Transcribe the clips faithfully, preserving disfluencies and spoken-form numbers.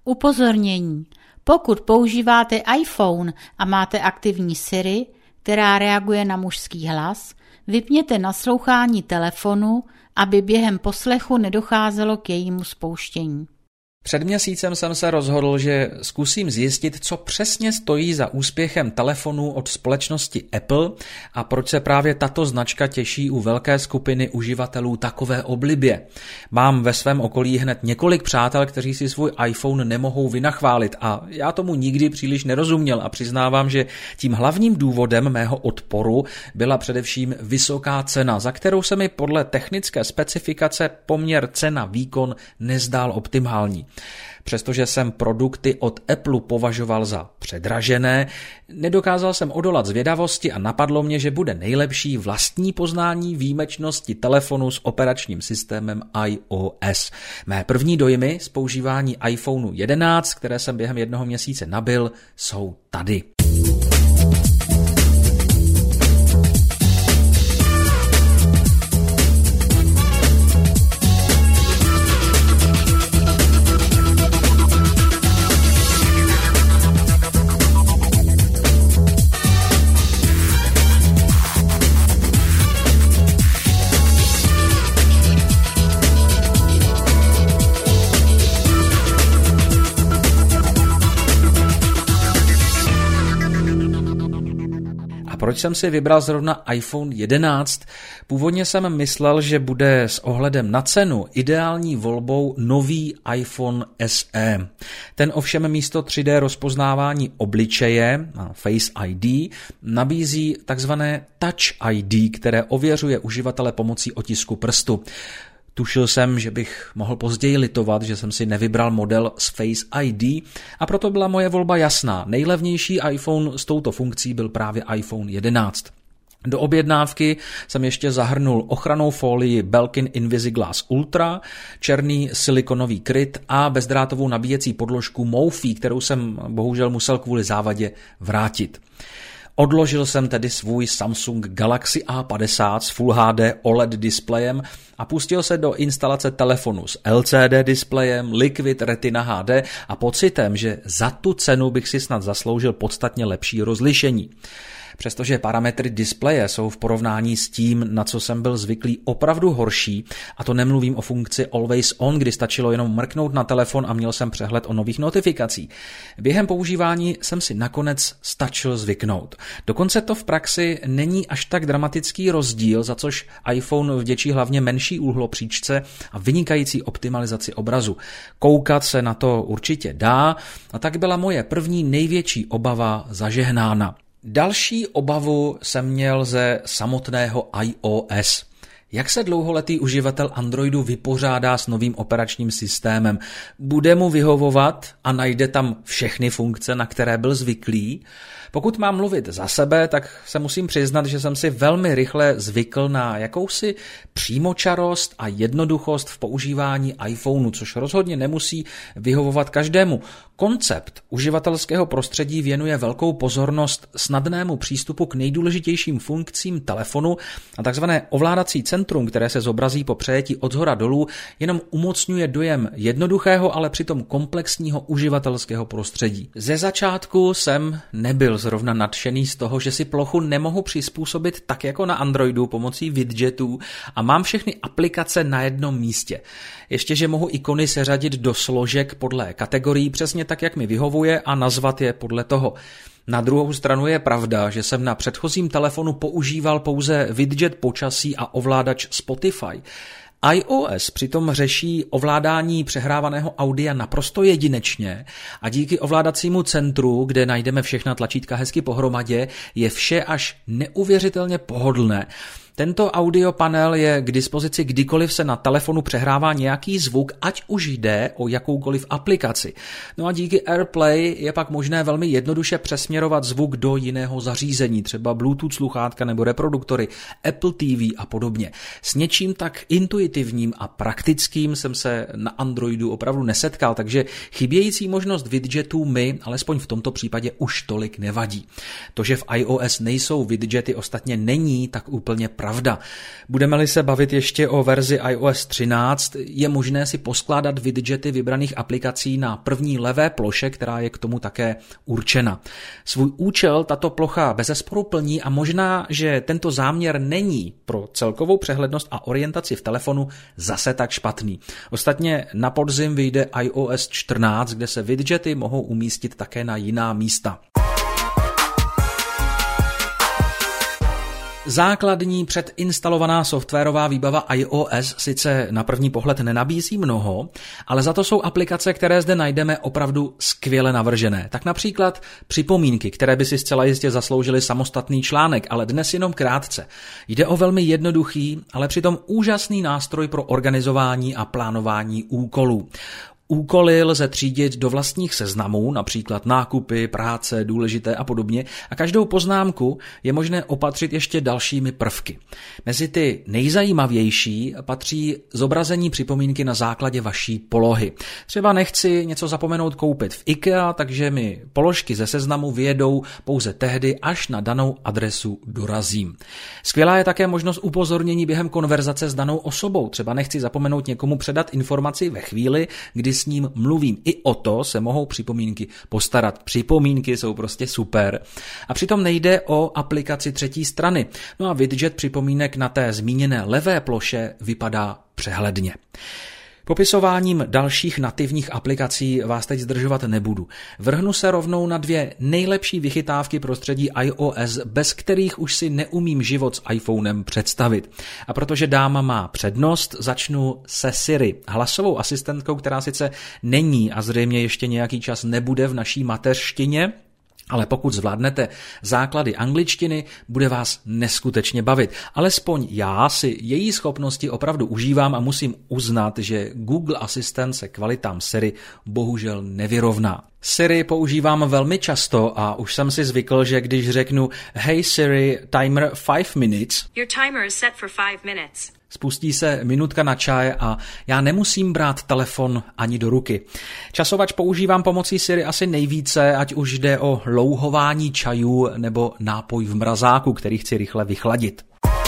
Upozornění. Pokud používáte iPhone a máte aktivní Siri, která reaguje na mužský hlas, vypněte naslouchání telefonu, aby během poslechu nedocházelo k jejímu spouštění. Před měsícem jsem se rozhodl, že zkusím zjistit, co přesně stojí za úspěchem telefonů od společnosti Apple a proč se právě tato značka těší u velké skupiny uživatelů takové oblibě. Mám ve svém okolí hned několik přátel, kteří si svůj iPhone nemohou vynachválit a já tomu nikdy příliš nerozuměl a přiznávám, že tím hlavním důvodem mého odporu byla především vysoká cena, za kterou se mi podle technické specifikace poměr cena-výkon nezdál optimální. Přestože jsem produkty od Apple považoval za předražené, nedokázal jsem odolat zvědavosti a napadlo mě, že bude nejlepší vlastní poznání výjimečnosti telefonu s operačním systémem iOS. Mé první dojmy z používání iPhone jedenáct, které jsem během jednoho měsíce nabyl, jsou tady. Proč jsem si vybral zrovna iPhone jedenáct? Původně jsem myslel, že bude s ohledem na cenu ideální volbou nový iPhone S E. Ten ovšem místo tři dé rozpoznávání obličeje, Face I D, nabízí takzvané Touch I D, které ověřuje uživatele pomocí otisku prstu. Tušil jsem, že bych mohl později litovat, že jsem si nevybral model s Face I D a proto byla moje volba jasná. Nejlevnější iPhone s touto funkcí byl právě iPhone jedenáct. Do objednávky jsem ještě zahrnul ochrannou folii Belkin Invisiglass Ultra, černý silikonový kryt a bezdrátovou nabíjecí podložku Mophie, kterou jsem bohužel musel kvůli závadě vrátit. Odložil jsem tedy svůj Samsung Galaxy A padesát s Full H D O L E D displejem a pustil se do instalace telefonu s L C D displejem, Liquid Retina H D a pocitem, že za tu cenu bych si snad zasloužil podstatně lepší rozlišení. Přestože parametry displeje jsou v porovnání s tím, na co jsem byl zvyklý, opravdu horší, a to nemluvím o funkci Always On, kdy stačilo jenom mrknout na telefon a měl jsem přehled o nových notifikacích. Během používání jsem si nakonec stačil zvyknout. Dokonce to v praxi není až tak dramatický rozdíl, za což iPhone vděčí hlavně menší úhlopříčce a vynikající optimalizaci obrazu. Koukat se na to určitě dá, a tak byla moje první největší obava zažehnána. Další obavu jsem měl ze samotného iOS. Jak se dlouholetý uživatel Androidu vypořádá s novým operačním systémem? Bude mu vyhovovat a najde tam všechny funkce, na které byl zvyklý? Pokud mám mluvit za sebe, tak se musím přiznat, že jsem si velmi rychle zvykl na jakousi přímočarost a jednoduchost v používání iPhoneu, což rozhodně nemusí vyhovovat každému. Koncept uživatelského prostředí věnuje velkou pozornost snadnému přístupu k nejdůležitějším funkcím telefonu a takzvané ovládací centrum, které se zobrazí po přejetí odshora dolů, jenom umocňuje dojem jednoduchého, ale přitom komplexního uživatelského prostředí. Ze začátku jsem nebyl zrovna nadšený z toho, že si plochu nemohu přizpůsobit tak jako na Androidu pomocí widgetů a mám všechny aplikace na jednom místě. Ještě, že mohu ikony seřadit do složek podle kategorií přesně tak, jak mi vyhovuje a nazvat je podle toho. Na druhou stranu je pravda, že jsem na předchozím telefonu používal pouze widget počasí a ovládač Spotify. iOS přitom řeší ovládání přehrávaného audia naprosto jedinečně a díky ovládacímu centru, kde najdeme všechna tlačítka hezky pohromadě, je vše až neuvěřitelně pohodlné. Tento audio panel je k dispozici kdykoliv se na telefonu přehrává nějaký zvuk, ať už jde o jakoukoliv aplikaci. No a díky AirPlay je pak možné velmi jednoduše přesměrovat zvuk do jiného zařízení, třeba Bluetooth sluchátka nebo reproduktory, Apple T V a podobně. S něčím tak intuitivním a praktickým jsem se na Androidu opravdu nesetkal, takže chybějící možnost widgetů mi, alespoň v tomto případě, už tolik nevadí. To, že v iOS nejsou widgety, ostatně není tak úplně pravděpodobné. pravda. Budeme-li se bavit ještě o verzi iOS třináct, je možné si poskládat widgety vybraných aplikací na první levé ploše, která je k tomu také určena. Svůj účel tato plocha bezesporu plní a možná, že tento záměr není pro celkovou přehlednost a orientaci v telefonu zase tak špatný. Ostatně na podzim vyjde iOS čtrnáct, kde se widgety mohou umístit také na jiná místa. Základní předinstalovaná softwarová výbava iOS sice na první pohled nenabízí mnoho, ale za to jsou aplikace, které zde najdeme opravdu skvěle navržené. Tak například připomínky, které by si zcela jistě zasloužily samostatný článek, ale dnes jenom krátce. Jde o velmi jednoduchý, ale přitom úžasný nástroj pro organizování a plánování úkolů. Úkoly lze třídit do vlastních seznamů, například nákupy, práce, důležité a podobně, a každou poznámku je možné opatřit ještě dalšími prvky. Mezi ty nejzajímavější patří zobrazení připomínky na základě vaší polohy. Třeba nechci něco zapomenout koupit v IKEA, takže mi položky ze seznamu vyjedou pouze tehdy, až na danou adresu dorazím. Skvělá je také možnost upozornění během konverzace s danou osobou. Třeba nechci zapomenout někomu předat informaci ve chvíli, kdy s ním mluvím. I o to se mohou připomínky postarat. Připomínky jsou prostě super. A přitom nejde o aplikaci třetí strany. No a widget připomínek na té zmíněné levé ploše vypadá přehledně. Popisováním dalších nativních aplikací vás teď zdržovat nebudu. Vrhnu se rovnou na dvě nejlepší vychytávky prostředí iOS, bez kterých už si neumím život s iPhonem představit. A protože dáma má přednost, začnu se Siri, hlasovou asistentkou, která sice není a zřejmě ještě nějaký čas nebude v naší mateřštině, ale pokud zvládnete základy angličtiny, bude vás neskutečně bavit. Alespoň já si její schopnosti opravdu užívám a musím uznat, že Google Assistant se kvalitám Siri bohužel nevyrovná. Siri používám velmi často a už jsem si zvykl, že když řeknu Hey Siri, timer five minutes, Your timer is set for five minutes. Spustí se minutka na čaj a já nemusím brát telefon ani do ruky. Časovač používám pomocí Siri asi nejvíce, ať už jde o louhování čajů nebo nápoj v mrazáku, který chci rychle vychladit.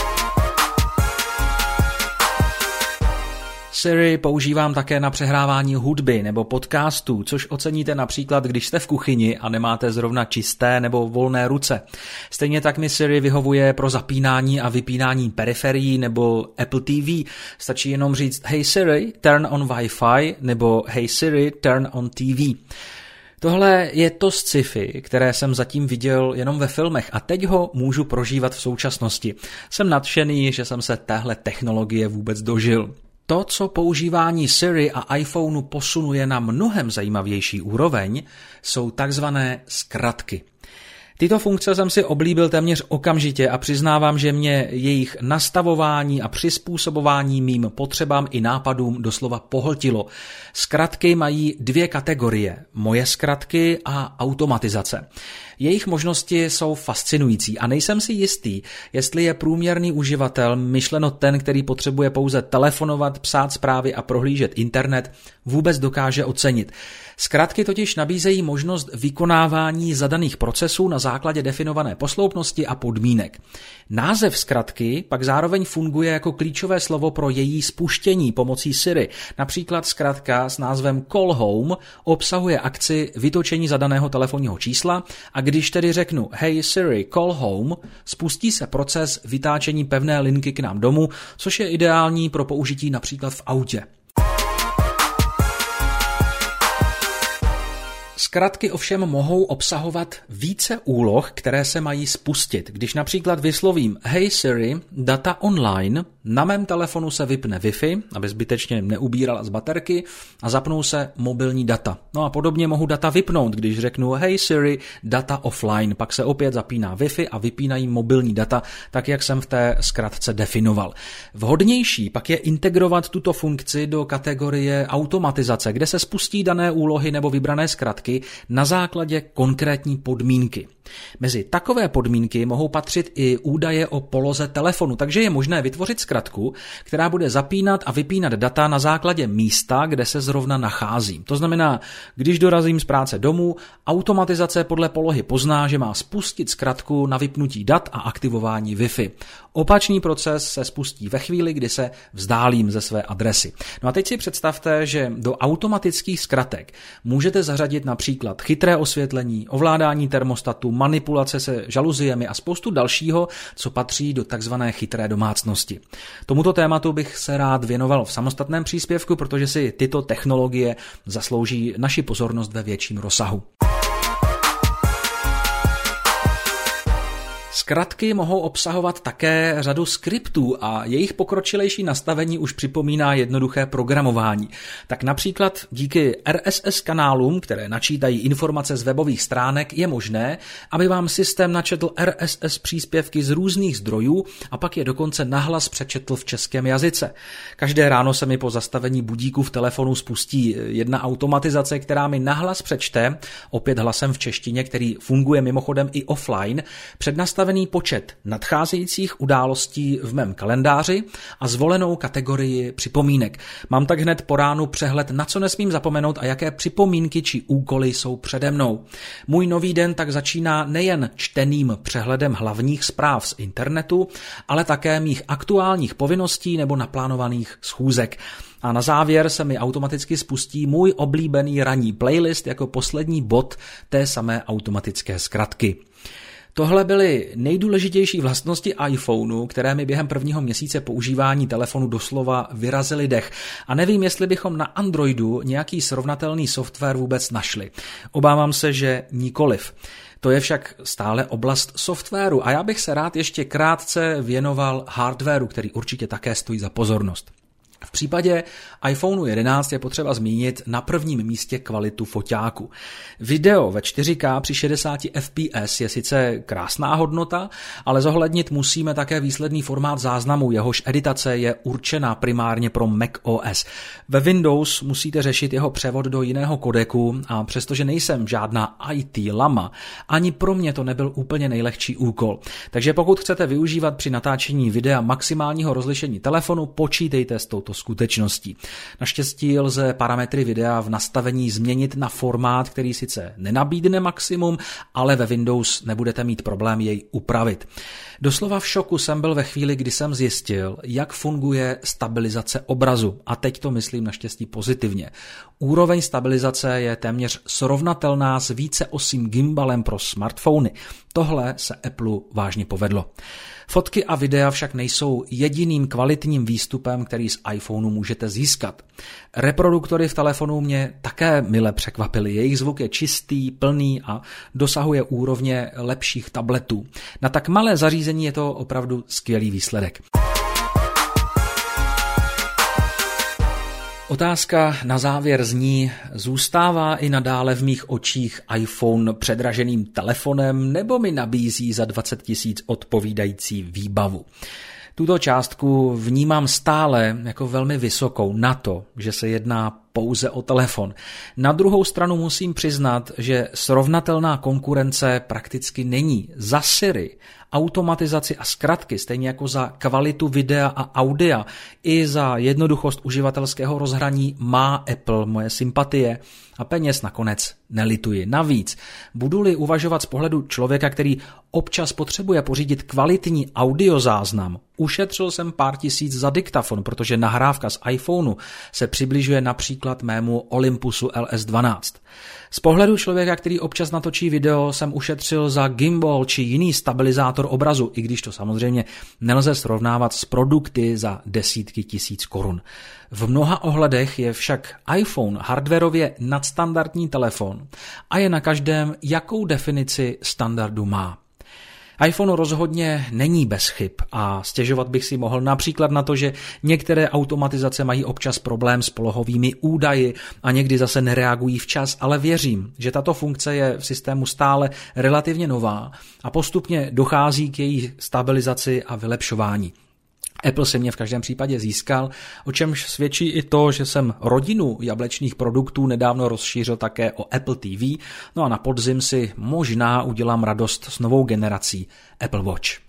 Siri používám také na přehrávání hudby nebo podcastů, což oceníte například, když jste v kuchyni a nemáte zrovna čisté nebo volné ruce. Stejně tak mi Siri vyhovuje pro zapínání a vypínání periferií nebo Apple T V. Stačí jenom říct Hey Siri, turn on Wi-Fi nebo Hey Siri, turn on T V. Tohle je to sci-fi, které jsem zatím viděl jenom ve filmech a teď ho můžu prožívat v současnosti. Jsem nadšený, že jsem se téhle technologie vůbec dožil. To, co používání Siri a iPhoneu posunuje na mnohem zajímavější úroveň, jsou takzvané zkratky. Tyto funkce jsem si oblíbil téměř okamžitě a přiznávám, že mě jejich nastavování a přizpůsobování mým potřebám i nápadům doslova pohltilo. Zkratky mají dvě kategorie, moje zkratky a automatizace. Jejich možnosti jsou fascinující a nejsem si jistý, jestli je průměrný uživatel, myšleno ten, který potřebuje pouze telefonovat, psát zprávy a prohlížet internet, vůbec dokáže ocenit. Zkratky totiž nabízejí možnost vykonávání zadaných procesů na základě definované posloupnosti a podmínek. Název zkratky pak zároveň funguje jako klíčové slovo pro její spuštění pomocí Siri. Například zkratka s názvem Call Home obsahuje akci vytočení zadaného telefonního čísla a když tedy řeknu Hey Siri, call home, spustí se proces vytáčení pevné linky k nám domů, což je ideální pro použití například v autě. Zkratky ovšem mohou obsahovat více úloh, které se mají spustit. Když například vyslovím Hey Siri, data online, na mém telefonu se vypne Wi-Fi, aby zbytečně neubírala z baterky a zapnou se mobilní data. No a podobně mohu data vypnout, když řeknu Hey Siri, data offline, pak se opět zapíná Wi-Fi a vypínají mobilní data, tak jak jsem v té zkratce definoval. Vhodnější pak je integrovat tuto funkci do kategorie automatizace, kde se spustí dané úlohy nebo vybrané zkratky na základě konkrétní podmínky. Mezi takové podmínky mohou patřit i údaje o poloze telefonu, takže je možné vytvořit zkratku, která bude zapínat a vypínat data na základě místa, kde se zrovna nacházím. To znamená, když dorazím z práce domů, automatizace podle polohy pozná, že má spustit zkratku na vypnutí dat a aktivování Wi-Fi. Opačný proces se spustí ve chvíli, kdy se vzdálím ze své adresy. No a teď si představte, že do automatických zkratek můžete zařadit například chytré osvětlení, ovládání termostatu, manipulace se žaluziemi a spoustu dalšího, co patří do takzvané chytré domácnosti. Tomuto tématu bych se rád věnoval v samostatném příspěvku, protože si tyto technologie zaslouží naši pozornost ve větším rozsahu. Zkratky mohou obsahovat také řadu skriptů a jejich pokročilejší nastavení už připomíná jednoduché programování. Tak například díky R S S kanálům, které načítají informace z webových stránek, je možné, aby vám systém načetl R S S příspěvky z různých zdrojů a pak je dokonce nahlas přečetl v českém jazyce. Každé ráno se mi po zastavení budíku v telefonu spustí jedna automatizace, která mi nahlas přečte, opět hlasem v češtině, který funguje mimochodem i offline, přednastavený počet nadcházejících událostí v mém kalendáři a zvolenou kategorii připomínek. Mám tak hned po ránu přehled, na co nesmím zapomenout a jaké připomínky či úkoly jsou přede mnou. Můj nový den tak začíná nejen čteným přehledem hlavních zpráv z internetu, ale také mých aktuálních povinností nebo naplánovaných schůzek. A na závěr se mi automaticky spustí můj oblíbený ranní playlist jako poslední bod té samé automatické zkratky. Tohle byly nejdůležitější vlastnosti iPhoneu, které mi během prvního měsíce používání telefonu doslova vyrazily dech. A nevím, jestli bychom na Androidu nějaký srovnatelný software vůbec našli. Obávám se, že nikoliv. To je však stále oblast softwaru a já bych se rád ještě krátce věnoval hardwaru, který určitě také stojí za pozornost. V případě iPhoneu jedenáct je potřeba zmínit na prvním místě kvalitu foťáku. Video ve čtyři ká při šedesáti F P S je sice krásná hodnota, ale zohlednit musíme také výsledný formát záznamu, jehož editace je určená primárně pro macOS. Ve Windows musíte řešit jeho převod do jiného kodeku a přestože nejsem žádná I T lama, ani pro mě to nebyl úplně nejlehčí úkol. Takže pokud chcete využívat při natáčení videa maximálního rozlišení telefonu, počítejte s touto skutečností. Naštěstí lze parametry videa v nastavení změnit na formát, který sice nenabídne maximum, ale ve Windows nebudete mít problém jej upravit. Doslova v šoku jsem byl ve chvíli, kdy jsem zjistil, jak funguje stabilizace obrazu. A teď to myslím naštěstí pozitivně. Úroveň stabilizace je téměř srovnatelná s víceosým gimbalem pro smartfony. Tohle se Apple vážně povedlo. Fotky a videa však nejsou jediným kvalitním výstupem, který z iPhoneu můžete získat. Reproduktory v telefonu mě také mile překvapily. Jejich zvuk je čistý, plný a dosahuje úrovně lepších tabletů. Na tak malé zařízení je to opravdu skvělý výsledek. Otázka na závěr zní, zůstává i nadále v mých očích iPhone předraženým telefonem nebo mi nabízí za dvacet tisíc odpovídající výbavu? Tuto částku vnímám stále jako velmi vysokou na to, že se jedná pouze o telefon. Na druhou stranu musím přiznat, že srovnatelná konkurence prakticky není. Za Siri, automatizaci a zkratky, stejně jako za kvalitu videa a audia, i za jednoduchost uživatelského rozhraní má Apple moje sympatie a peněz nakonec nelituji. Navíc, budu-li uvažovat z pohledu člověka, který občas potřebuje pořídit kvalitní audiozáznam, ušetřil jsem pár tisíc za diktafon, protože nahrávka z iPhoneu se přibližuje například mému Olympusu L S dvanáct. Z pohledu člověka, který občas natočí video, jsem ušetřil za gimbal či jiný stabilizátor obrazu, i když to samozřejmě nelze srovnávat s produkty za desítky tisíc korun. V mnoha ohledech je však iPhone hardwarově nadstandardní telefon a je na každém, jakou definici standardu má. iPhone rozhodně není bez chyb a stěžovat bych si mohl například na to, že některé automatizace mají občas problém s polohovými údaji a někdy zase nereagují včas, ale věřím, že tato funkce je v systému stále relativně nová a postupně dochází k její stabilizaci a vylepšování. Apple si mě v každém případě získal, o čemž svědčí i to, že jsem rodinu jablečných produktů nedávno rozšířil také o Apple T V, no a na podzim si možná udělám radost s novou generací Apple Watch.